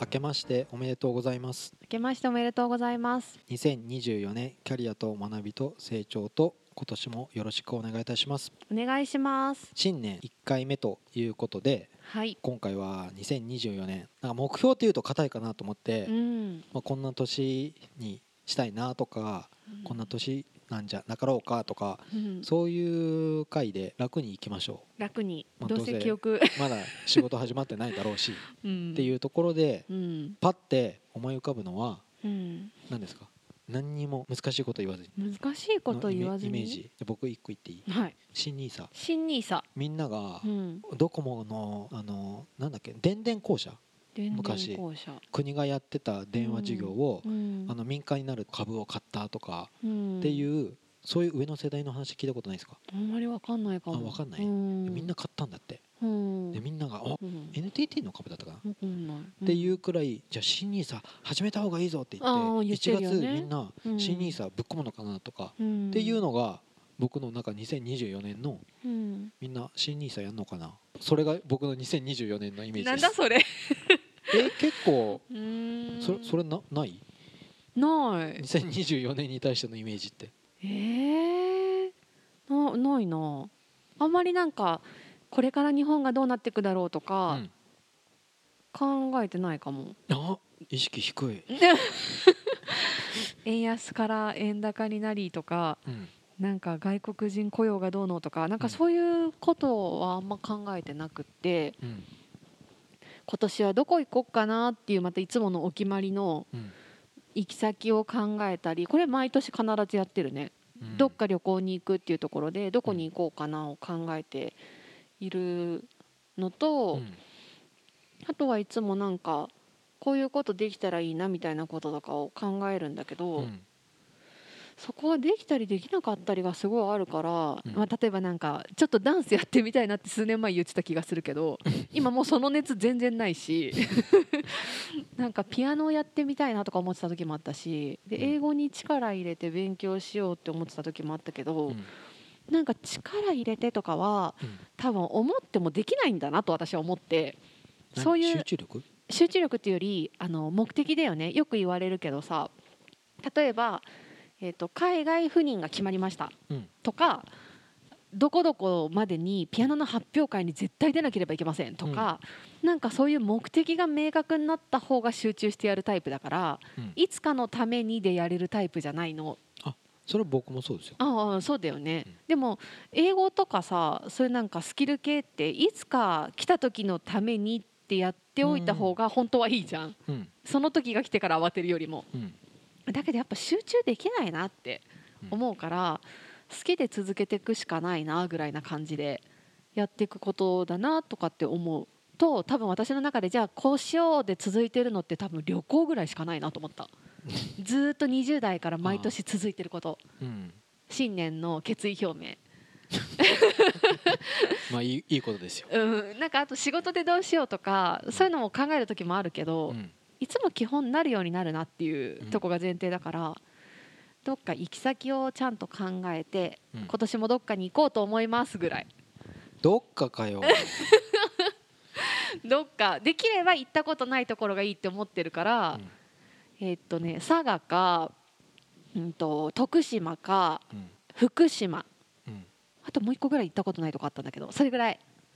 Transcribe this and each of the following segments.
明けましておめでとうございます。 明けましておめでとうございます。 2024年キャリアと学びと成長と今年もよろしくお願いいたします。 お願いします。 新年1回目ということで、 はい。 今回は2024年なんか目標っていうと硬いかなと思って、こんな年にしたいなとか、こんな年なんじゃなかろうかとか、そういう回で楽にいきましょう。 楽に、 どうせ記憶まだ仕事始まってないだろうし、っていうところで、パッて思い浮かぶのは何ですか？何にも難しいこと言わずに、 難しいこと言わずにイメージで僕一個言っていい？ はい。 新ニーサ。 新ニーサ。 みんながドコモのなんだっけ、電電公社、昔国がやってた電話事業を民間になる株を買ったとかっていう、そういう上の世代の話聞いたことないですか？ あんまりわかんないかも。 わかんない。みんな買ったんだって。でみんながNTT の株だったかなっていうくらい、じゃあ新ニーサ始めた方がいいぞって言って1月みんな新ニーサぶっ込むのかなとかっていうのが僕の中2024年のみんな新ニーサやんのかな、それが僕の2024年のイメージです。 なんだそれ結構それないない2024年に対してのイメージって。 ないな。あんまりなんかこれから日本がどうなっていくだろうとか考えてないかも。 意識低い円安から円高になりとか、なんか外国人雇用がどうのとか、なんかそういうことはあんま考えてなくって、今年はどこ行こうかなっていうまたいつものお決まりの行き先を考えたり、これ毎年必ずやってるね。どっか旅行に行くっていうところでどこに行こうかなを考えているのと、あとはいつもなんかこういうことできたらいいなみたいなこととかを考えるんだけど、そこはできたりできなかったりがすごいあるから、例えばなんかちょっとダンスやってみたいなって数年前言ってた気がするけど今もうその熱全然ないしなんかピアノをやってみたいなとか思ってた時もあったし、で英語に力入れて勉強しようって思ってた時もあったけど、なんか力入れてとかは多分思ってもできないんだなと私は思って、そういう集中力っていうより目的だよね。よく言われるけどさ、例えば海外赴任が決まりましたとか、どこどこまでにピアノの発表会に絶対出なければいけませんとか、なんかそういう目的が明確になった方が集中してやるタイプだから、いつかのためにでやれるタイプじゃないの。 それは僕もそうですよ。 そうだよね。でも英語とかさ、そういうなんかスキル系っていつか来た時のためにってやっておいた方が本当はいいじゃん、その時が来てから慌てるよりも。だけどやっぱ集中できないなって思うから、好きで続けていくしかないなぐらいな感じでやっていくことだなとかって思うと、多分私の中でじゃあこうしようで続いてるのって多分旅行ぐらいしかないなと思ったずっと20代から毎年続いてること、新年の決意表明まあいいことですよ。 なんかあと仕事でどうしようとかそういうのも考える時もあるけど、いつも基本なるようになるなっていうとこが前提だから、どっか行き先をちゃんと考えて、今年もどっかに行こうと思いますぐらい。 どっかかよどっかできれば行ったことないところがいいって思ってるから、佐賀か、徳島か、福島、あともう一個ぐらい行ったことないとこあったんだけど、それぐらい。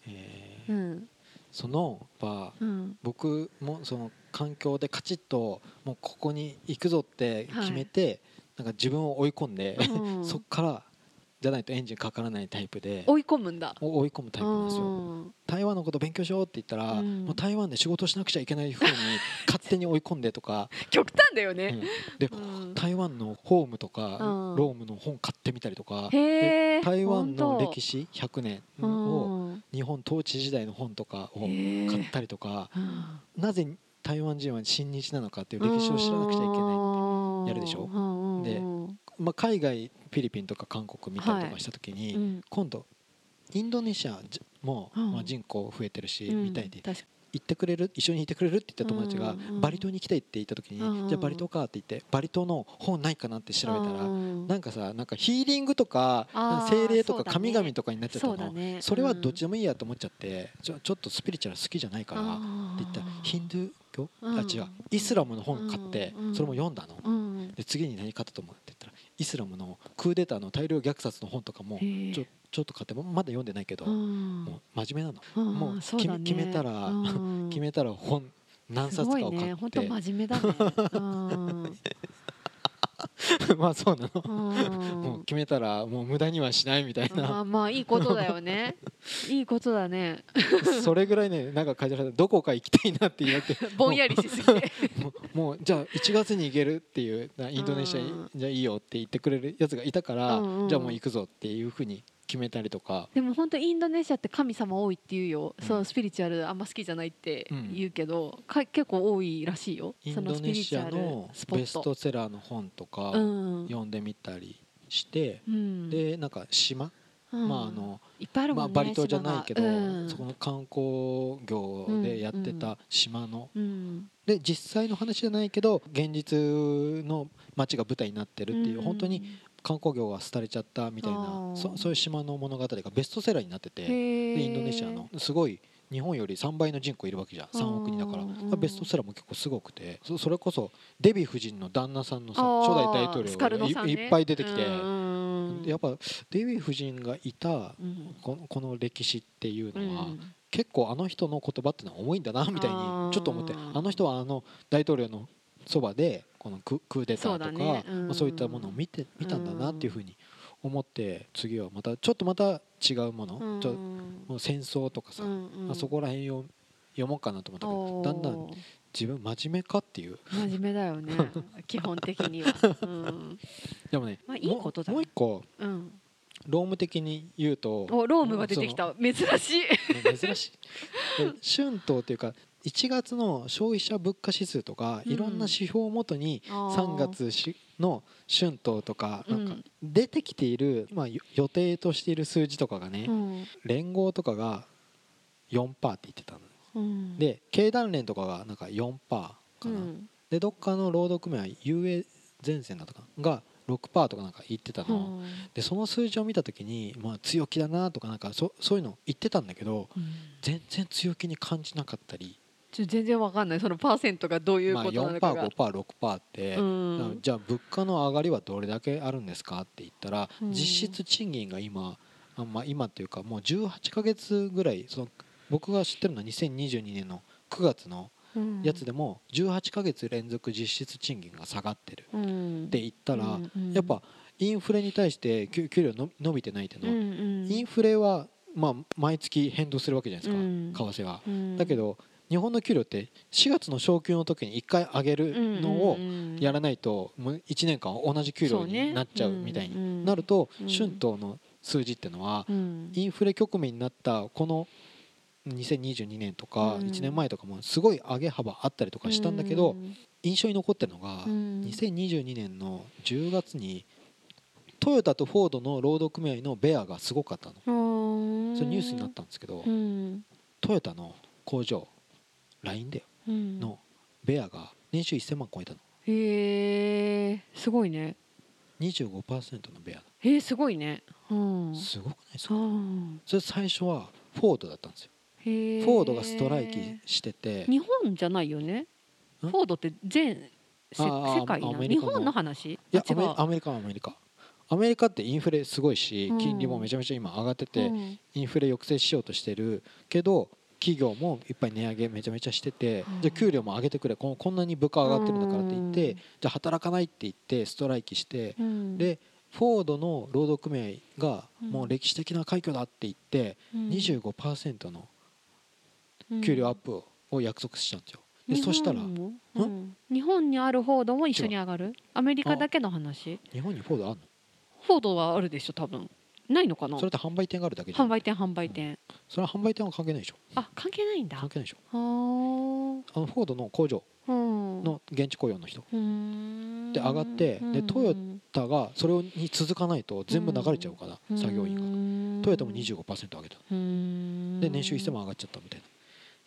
その僕もその環境でカチッともうここに行くぞって決めて、なんか自分を追い込んで、そっからじゃないとエンジンかからないタイプで、 追い込むんだ。 追い込むタイプなんですよ。台湾のこと勉強しようって言ったら、もう台湾で仕事しなくちゃいけない風に勝手に追い込んでとか極端だよね。 で台湾のホームとかロームの本買ってみたりとか、で台湾の歴史100年を日本統治時代の本とかを買ったりとか、なぜ台湾人は親日なのかっていう歴史を知らなくちゃいけないってやるでしょ。で、海外フィリピンとか韓国見たりとかした時に、今度インドネシアも人口増えてるしみたいで、 行ってくれる、一緒にいてくれるって言った友達がバリ島に来たいって言った時に、じゃあバリ島かって言ってバリ島の本ないかなって調べたら、なんかさ、なんかヒーリングとか精霊とか神々とかになっちゃったの。それはどっちでもいいやと思っちゃって、ちょっとスピリチュアル好きじゃないからって言ったら、ヒンドゥー教、違う、イスラムの本買ってそれも読んだの。で次に何買ったと思うって言ったら、イスラムのクーデターの大量虐殺の本とかもちょっと買って、まだ読んでないけど、もう真面目なの。もう決めたら本何冊かを買って、 本当真面目だね。 まあそうなの。もう決めたらもう無駄にはしないみたいな。 まあいいことだよね。いいことだね。 それぐらいね、なんか感じられた。どこか行きたいなって言って、 ぼんやりしすぎてもうじゃあ1月に行けるっていう、インドネシアじゃあいいよって言ってくれるやつがいたから、じゃあもう行くぞっていうふうに決めたりとか。 でも本当インドネシアって神様多いって言うよ。そのスピリチュアルあんま好きじゃないって言うけど、結構多いらしいよ。 インドネシアのベストセラーの本とか読んでみたりして、でなんか島、まあバリ島じゃないけど、そこの観光業でやってた島の、で実際の話じゃないけど現実の街が舞台になってるっていう、本当に観光業が廃れちゃったみたいな、そういう島の物語がベストセラーになってて、でインドネシアのすごい日本より3倍の人口いるわけじゃん、3億人だから。ベストセラーも結構すごくて、それこそデヴィ夫人の旦那さんのさ、初代大統領がいっぱい出てきて、やっぱデヴィ夫人がいたこの歴史っていうのは、結構あの人の言葉ってのは重いんだなみたいにちょっと思って、あの人は大統領のそばでこのクーデターとかそういったものを見たんだなっていうふうに思って、次はまた違うもの、もう戦争とかさ、そこら辺を読もうかなと思ったけど、だんだん自分真面目かっていう。 真面目だよね基本的には。 でもね、 いいことだ。 もう一個ローム的に言うと、 ロームが出てきた。珍しい珍しい春闘っていうか1月の消費者物価指数とか、いろんな指標をもとに3月の春闘とかなんか出てきている、予定としている数字とかがね、連合とかが 4% って言ってたので、経団連とかがなんか 4% かな、でどっかの労働組合 UA 前線だとかが6% とかなんか言ってたの、でその数字を見た時に、強気だなとかなんかそういうの言ってたんだけど、全然強気に感じなかったり。 全然わかんない、そのパーセントがどういうことなのかが。 4%、5%、6% って、じゃあ物価の上がりはどれだけあるんですかって言ったら、実質賃金が今っていうかもう18ヶ月ぐらい、僕が知ってるのは2022年の9月のやつでも18ヶ月連続実質賃金が下がってるって言ったら、やっぱインフレに対して給料伸びてないっていうのは、インフレは毎月変動するわけじゃないですか、為替が。だけど日本の給料って4月の昇給の時に1回上げるのをやらないともう1年間同じ給料になっちゃうみたいになると、春闘の数字っていうのはインフレ局面になったこの2022年とか1年前とかもすごい上げ幅あったりとかしたんだけど、印象に残ってるのが2022年の10月にトヨタとフォードの労働組合のベアがすごかったの。それニュースになったんですけど、トヨタの工場ラインだよのベアが年収1000万超えたの。 へえ、すごいね。 25% のベアだ。 すごいね。 すごくないですか。それ最初はフォードだったんですよ。フォードがストライキしてて。 日本じゃないよね。フォードって世界な、日本の話。 いやアメリカってインフレすごいし、金利もめちゃめちゃ今上がってて、インフレ抑制しようとしてるけど企業もいっぱい値上げめちゃめちゃしてて、じゃあ給料も上げてくれ、こんなに物価上がってるんだからって言って、じゃあ働かないって言ってストライキして、でフォードの労働組合がもう歴史的な快挙だって言って、25% の給料アップを約束したんですよ。でそしたら日本にあるフォードも一緒に上がる。アメリカだけの話。 日本にフォードあるの？ フォードはあるでしょ多分。ないのかな。 それって販売店があるだけじゃん。 販売店。それは販売店は関係ないでしょ。 関係ないんだ。 関係ないでしょ。フォードの工場の現地雇用の人で上がって、でトヨタがそれに続かないと全部流れちゃうから、作業員がトヨタも 25% 上げた。で年収1000万上がっちゃったみたいな。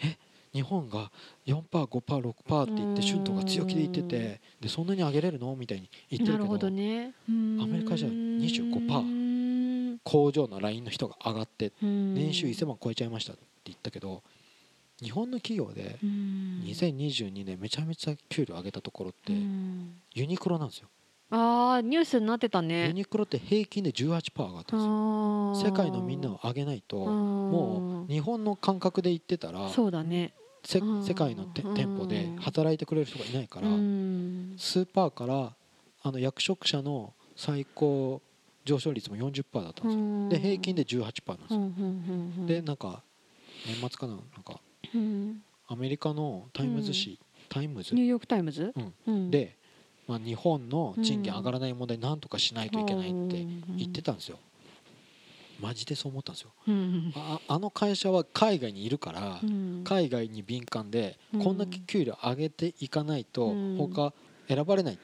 日本が 4%、5%、6% って言って春闘が強気で言ってて、でそんなに上げれるのみたいに言ってるけど、 なるほどね、 アメリカじゃ 25% 工場のラインの人が上がって年収1000万超えちゃいましたって言ったけど、日本の企業で2022年めちゃめちゃ給料上げたところってユニクロなんですよ。 ああ、ニュースになってたね。 ユニクロって平均で 18% 上がったんですよ。世界のみんなを上げないと、もう日本の感覚で言ってたら、 そうだね、 世界の店舗で働いてくれる人がいないから、スーパーから役職者の最高上昇率も 40% だったんですよ。で平均で 18% なんですよ。でなんか年末かな、なんかアメリカのタイムズ紙、タイムズ、 ニューヨークタイムズ、 で、まあ、日本の賃金上がらない問題なんとかしないといけないって言ってたんですよ。マジでそう思ったんですよ。あの会社は海外にいるから、海外に敏感でこんだけ給料上げていかないと他選ばれないって。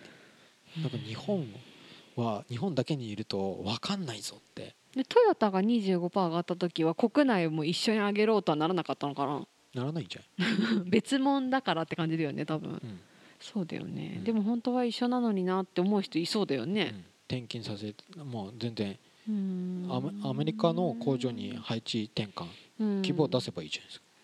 なんか日本は日本だけにいると分かんないぞって。 でトヨタが 25% 上がった時は国内も一緒に上げろとはならなかったのかな。 ならないんじゃん別物だからって感じだよね多分、そうだよね、でも本当は一緒なのになって思う人いそうだよね、 転勤させもう全然アメリカの工場に配置転換希望を出せばいいじゃないですか。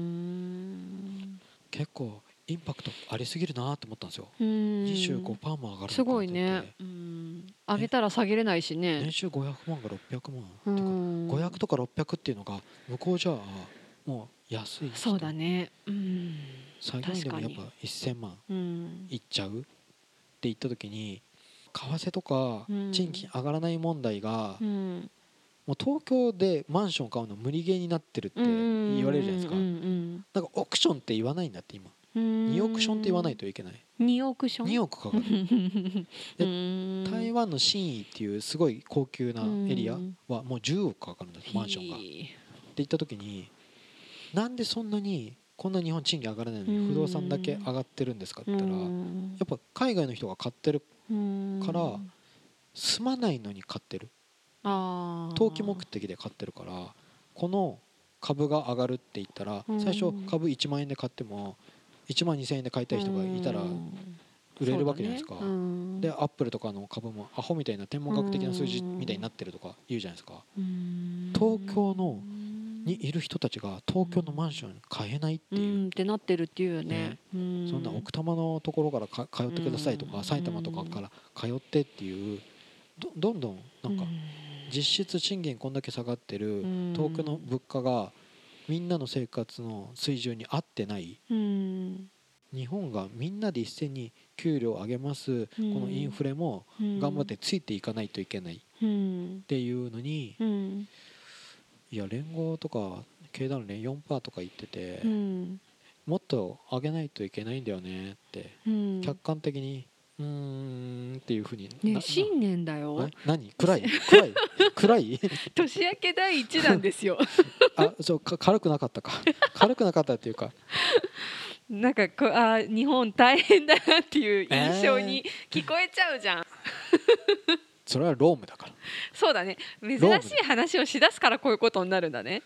結構インパクトありすぎるなと思ったんですよ。25% も上がるのかって。 すごいね。上げたら下げれないしね。 年収500万が600万っていうか、500とか600っていうのが向こうじゃもう安い。 そうだね。 作業員でもやっぱ1000万いっちゃうって言った時に、為替とか賃金上がらない問題がもう東京でマンション買うの無理ゲーになってるって言われるじゃないですか。なんかオークションって言わないんだって今。2オークションって言わないといけない。 2オークション 2億かかるで台湾の新義っていうすごい高級なエリアはもう10億かかるんだマンションが。って言った時に、なんでそんなにこんな日本賃金上がらないのに不動産だけ上がってるんですかって言ったら、やっぱ海外の人が買ってるから住まないのに買ってる、投機目的で買ってるから、この株が上がるって言ったら最初株1万円で買っても1万2000円で買いたい人がいたら売れるわけじゃないですか。でアップルとかの株もアホみたいな天文学的な数字みたいになってるとか言うじゃないですか。東京のにいる人たちが東京のマンション買えないっていうってなってるっていうよね。 そんな奥多摩のところから通ってくださいとか埼玉とかから通ってっていう、どんどんなんか実質賃金こんだけ下がってる東京の物価がみんなの生活の水準に合ってない。日本がみんなで一斉に給料上げます、このインフレも頑張ってついていかないといけないっていうのに、いや連合とか経団連 4% とか言ってて、もっと上げないといけないんだよねって、客観的にっていうふうにね、新年だよ。 何暗い年明け第一弾ですよそう軽くなかったか軽くなかったっていうかなんか日本大変だなっていう印象に聞こえちゃうじゃんそれはロームだから。 そうだね、珍しい話をしだすからこういうことになるんだね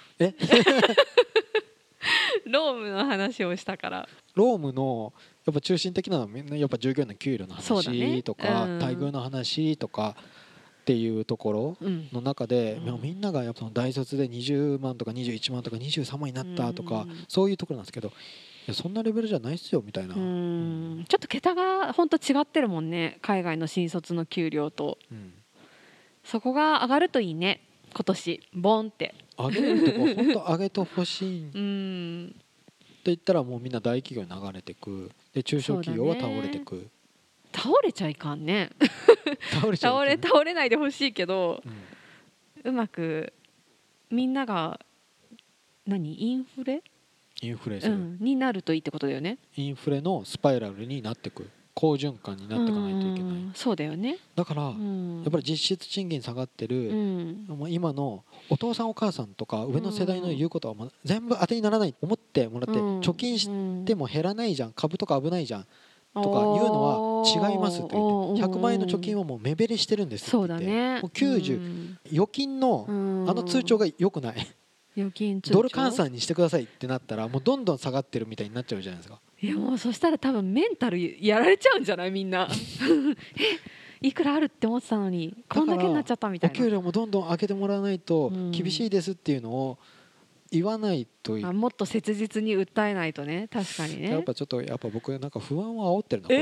ロームの話をしたから。 ロームのやっぱ中心的なのはやっぱ従業員の給料の話とか、待遇の話とかっていうところの中で、みんながやっぱ大卒で20万とか21万とか23万になったとか、そういうところなんですけど、いやそんなレベルじゃないっすよみたいな。ちょっと桁が本当違ってるもんね、海外の新卒の給料と。そこが上がるといいね、今年ボンって上げるとこ本当上げてほしいって言ったら、もうみんな大企業に流れてくで、中小企業は倒れてく。 倒れちゃいかんね倒れないでほしいけど、うまくみんながインフレになるといいってことだよね。 インフレのスパイラルになってく、好循環になっていかないといけない。 そうだよね。 だから、やっぱり実質賃金下がってる、今のお父さんお母さんとか上の世代の言うことは全部当てにならないと思ってもらって、貯金しても減らないじゃん、株とか危ないじゃんとかいうのは違いますって言って、100万円の貯金はもう目減りしてるんですって言って、もう90、預金の通帳が良くない預金通帳ドル換算にしてくださいってなったらもうどんどん下がってるみたいになっちゃうじゃないですか。 いやもうそしたら多分メンタルやられちゃうんじゃないみんないくらあるって思ってたのにこんだけになっちゃったみたいな。 お給料もどんどん上げてもらわないと厳しいですっていうのを言わないと、 もっと切実に訴えないとね。確かにね。 やっぱ僕なんか不安を煽ってるな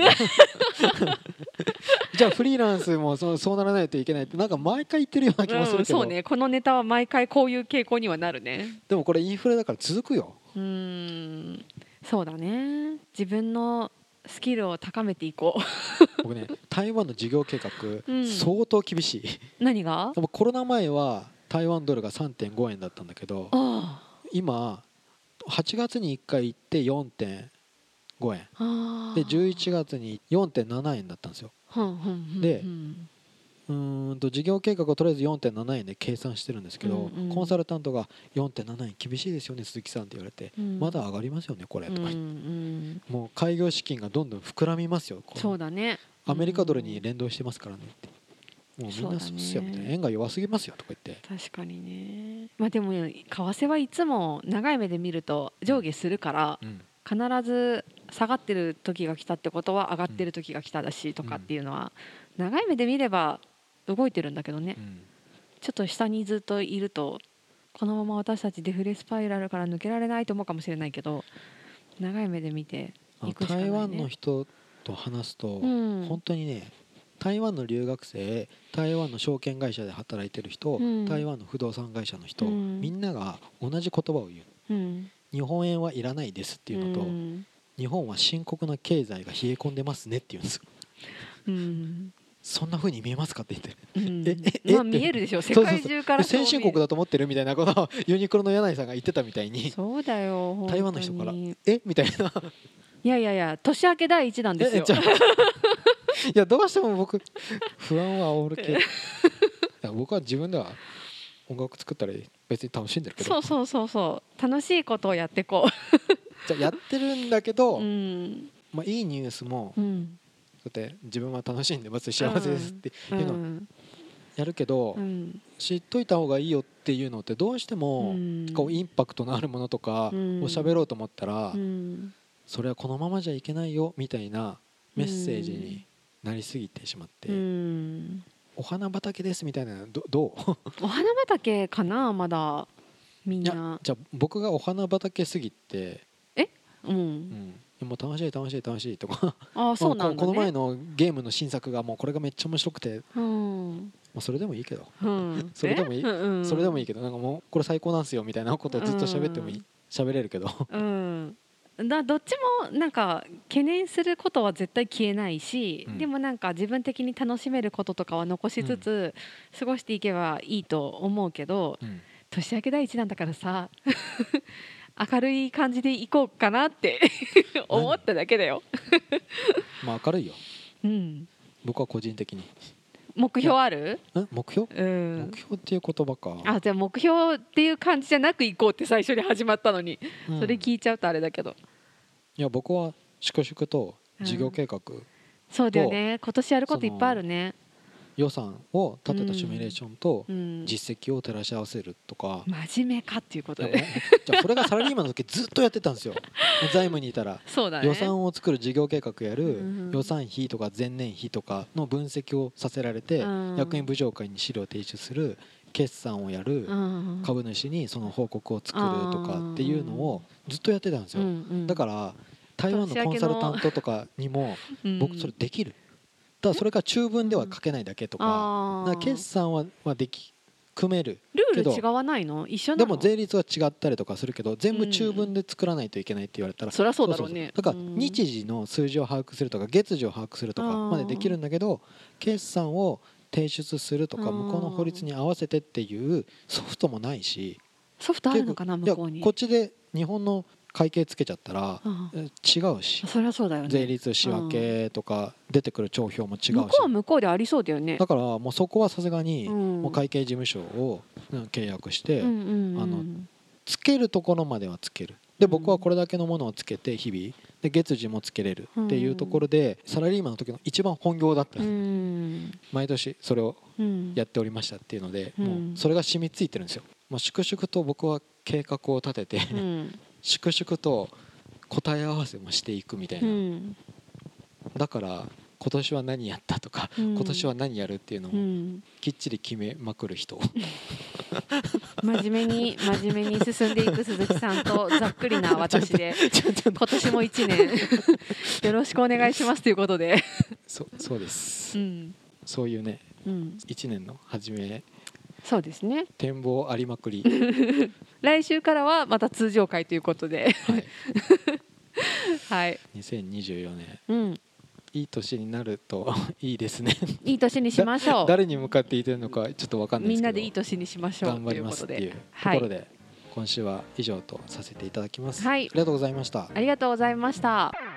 じゃあフリーランスもそうならないといけないってなんか毎回言ってるような気もするけど、 そうね、このネタは毎回こういう傾向にはなるね。 でもこれインフレだから続くよ。 そうだね。自分のスキルを高めていこう僕ね台湾の事業計画、相当厳しい。 何が？ コロナ前は台湾ドルが 3.5 円だったんだけど、今8月に1回行って4.5円で11月に 4.7 円だったんですよ。で事業計画をとりあえず 4.7 円で計算してるんですけど、コンサルタントが 4.7 円厳しいですよね鈴木さんって言われて、まだ上がりますよねこれとか言って、もう開業資金がどんどん膨らみますよ。 そうだね。 アメリカドルに連動してますからねって、もうみんなそうっすよみたいな、円が弱すぎますよとか言って。 確かにね。まあでも為替はいつも長い目で見ると上下するから、必ず下がってる時が来たってことは上がってる時が来ただしとかっていうのは長い目で見れば動いてるんだけどね、ちょっと下にずっといるとこのまま私たちデフレスパイラルから抜けられないと思うかもしれないけど、長い目で見ていくしかないね。 台湾の人と話すと、本当にね台湾の留学生、台湾の証券会社で働いてる人、台湾の不動産会社の人、みんなが同じ言葉を言う、日本円はいらないですっていうのと、日本は深刻な経済が冷え込んでますねって言うんですよ。そんな風に見えますかって言って、 まあ見えるでしょ、世界中から先進国だと思ってるみたいなことをユニクロの柳井さんが言ってたみたいに、 そうだよ台湾の人からみたいな。 いや年明け第一弾ですよ。 いやどうしても僕不安は煽るけど僕は自分では音楽作ったり別に楽しんでるけど、 そう楽しいことをやってこうじゃやってるんだけど、いいニュースも、だって自分は楽しんでます幸せですっていうのをやるけど、知っといた方がいいよっていうのってどうしてもこうインパクトのあるものとかを喋ろうと思ったら、それはこのままじゃいけないよみたいなメッセージになりすぎてしまって、お花畑ですみたいなのどうお花畑かなまだみんな。 じゃあ僕がお花畑すぎてもう楽しいとかそうなんだね。 この前のゲームの新作がもうこれがめっちゃ面白くて、それでもいいけど、それでもいいけど、なんかもうこれ最高なんすよみたいなことをずっと喋っても喋れるけど、 どっちもなんか懸念することは絶対消えないし、でもなんか自分的に楽しめることとかは残しつつ過ごしていけばいいと思うけど、年明け第一弾だからさ明るい感じでいこうかなって思っただけだよまあ明るいよ、僕は個人的に。 目標ある？ 目標っていう言葉か。 じゃあ目標っていう感じじゃなく行こうって最初に始まったのに、それ聞いちゃうとあれだけど。 いや僕は粛々と事業計画、 そうだよね、今年やることいっぱいあるね。 予算を立てたシミュレーションと実績を照らし合わせるとか、 真面目かっていうことでじゃあそれがサラリーマンの時ずっとやってたんですよ財務にいたら。 そうだね、 予算を作る事業計画やる、予算費とか前年費とかの分析をさせられて、役員部長会に資料を提出する、決算をやる、株主にその報告を作るとかっていうのをずっとやってたんですよ。だから台湾のコンサルタントとかにも僕それできる。ただそれが中文では書けないだけとか、決算は組めるルール違わないの？一緒なの？ でも税率は違ったりとかするけど、全部中文で作らないといけないって言われたら、 そりゃそうだろうね。 だから日時の数字を把握するとか月次を把握するとかまでできるんだけど、決算を提出するとか向こうの法律に合わせてっていうソフトもないし。 ソフトあるのかな向こうに。 こっちで日本の会計つけちゃったら違うし、 そりゃそうだよね。 税率仕分けとか出てくる帳票も違うし、向こうは向こうでありそうだよね。 だからもうそこはさすがにもう会計事務所を契約してつけるところまではつける。で僕はこれだけのものをつけて日々で月次もつけれるっていうところで、サラリーマンの時の一番本業だった毎年それをやっておりましたっていうので、もうそれが染みついてるんですよ。 まあ、粛々と僕は計画を立てて、粛々と答え合わせもしていくみたいな、だから今年は何やったとか、今年は何やるっていうのをきっちり決めまくる人真面目に進んでいく鈴木さんとざっくりな私で今年も1年よろしくお願いしますということでそうです、そういうね、1年の初め、 そうですね、 展望ありまくり来週からはまた通常回ということではい、 2024年、いい年になるといいですねいい年にしましょう。 誰に向かって言ってるのかちょっと分かんないですけど、 みんなでいい年にしましょう。 頑張りますっていうところで、今週は以上とさせていただきます。 はい、 ありがとうございました。 ありがとうございました。